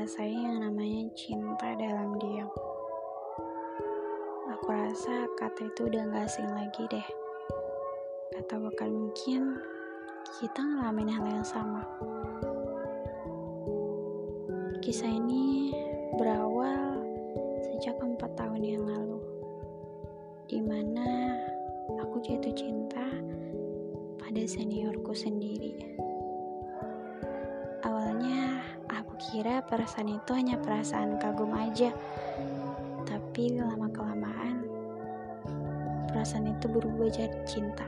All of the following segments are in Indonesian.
ngerasain yang namanya cinta dalam diam. Aku rasa kata itu udah gak asing lagi deh. Atau bahkan mungkin kita ngalamin hal yang sama. Kisah ini berawal sejak 4 tahun yang lalu, dimana aku jatuh cinta pada seniorku sendiri. Awalnya aku kira perasaan itu hanya perasaan kagum aja, tapi lama-kelamaan perasaan itu berubah jadi cinta.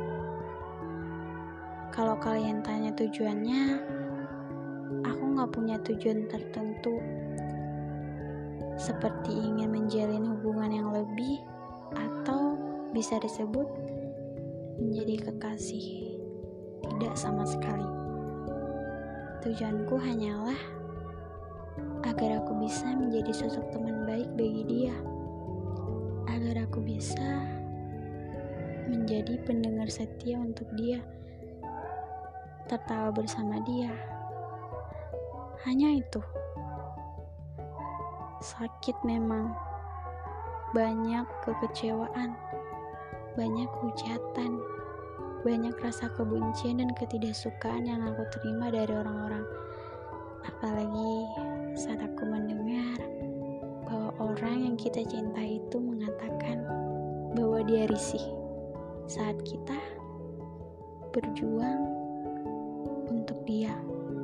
Kalau kalian tanya tujuannya, aku gak punya tujuan tertentu, seperti ingin menjalin hubungan yang lebih atau bisa disebut menjadi kekasih. Tidak sama sekali. Tujuanku hanyalah agar aku bisa menjadi sosok teman baik bagi dia, agar aku bisa menjadi pendengar setia untuk dia, tertawa bersama dia. Hanya itu. Sakit memang, banyak kekecewaan, banyak hujatan, banyak rasa kebencian dan ketidaksukaan yang aku terima dari orang-orang. Apalagi saat aku mendengar bahwa orang yang kita cintai itu mengatakan bahwa dia risih saat kita berjuang untuk dia.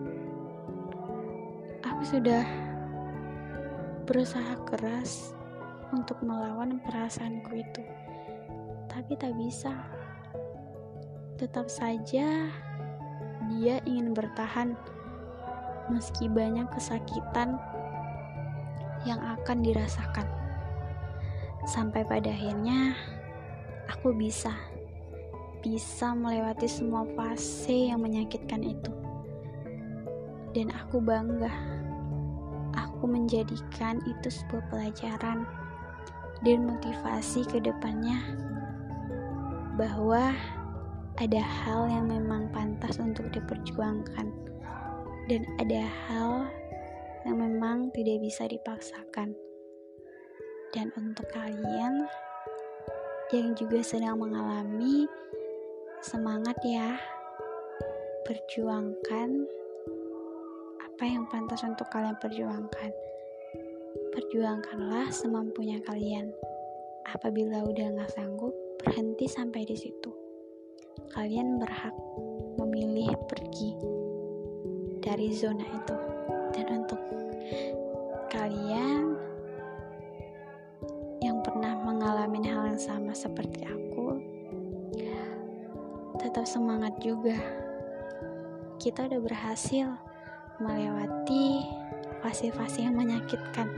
Aku sudah berusaha keras untuk melawan perasaanku itu, tapi tak bisa. Tetap saja dia ingin bertahan meski banyak kesakitan yang akan dirasakan. Sampai pada akhirnya aku bisa melewati semua fase yang menyakitkan itu. Dan aku bangga. Aku menjadikan itu sebuah pelajaran dan motivasi ke depannya, bahwa ada hal yang memang pantas untuk diperjuangkan dan ada hal yang memang tidak bisa dipaksakan. Dan untuk kalian yang juga sedang mengalami, semangat ya, perjuangkan apa yang pantas untuk kalian perjuangkan. Perjuangkanlah semampunya kalian. Apabila udah gak sanggup, berhenti sampai di situ. Kalian berhak memilih pergi dari zona itu. Dan untuk kalian yang pernah mengalami hal yang sama seperti aku, tetap semangat juga. Kita udah berhasil melewati fase-fase yang menyakitkan.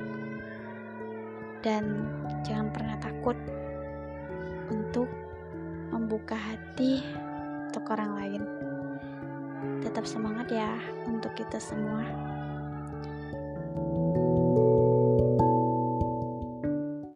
Dan jangan pernah takut untuk membuka hati untuk orang lain. Tetap semangat ya untuk kita semua.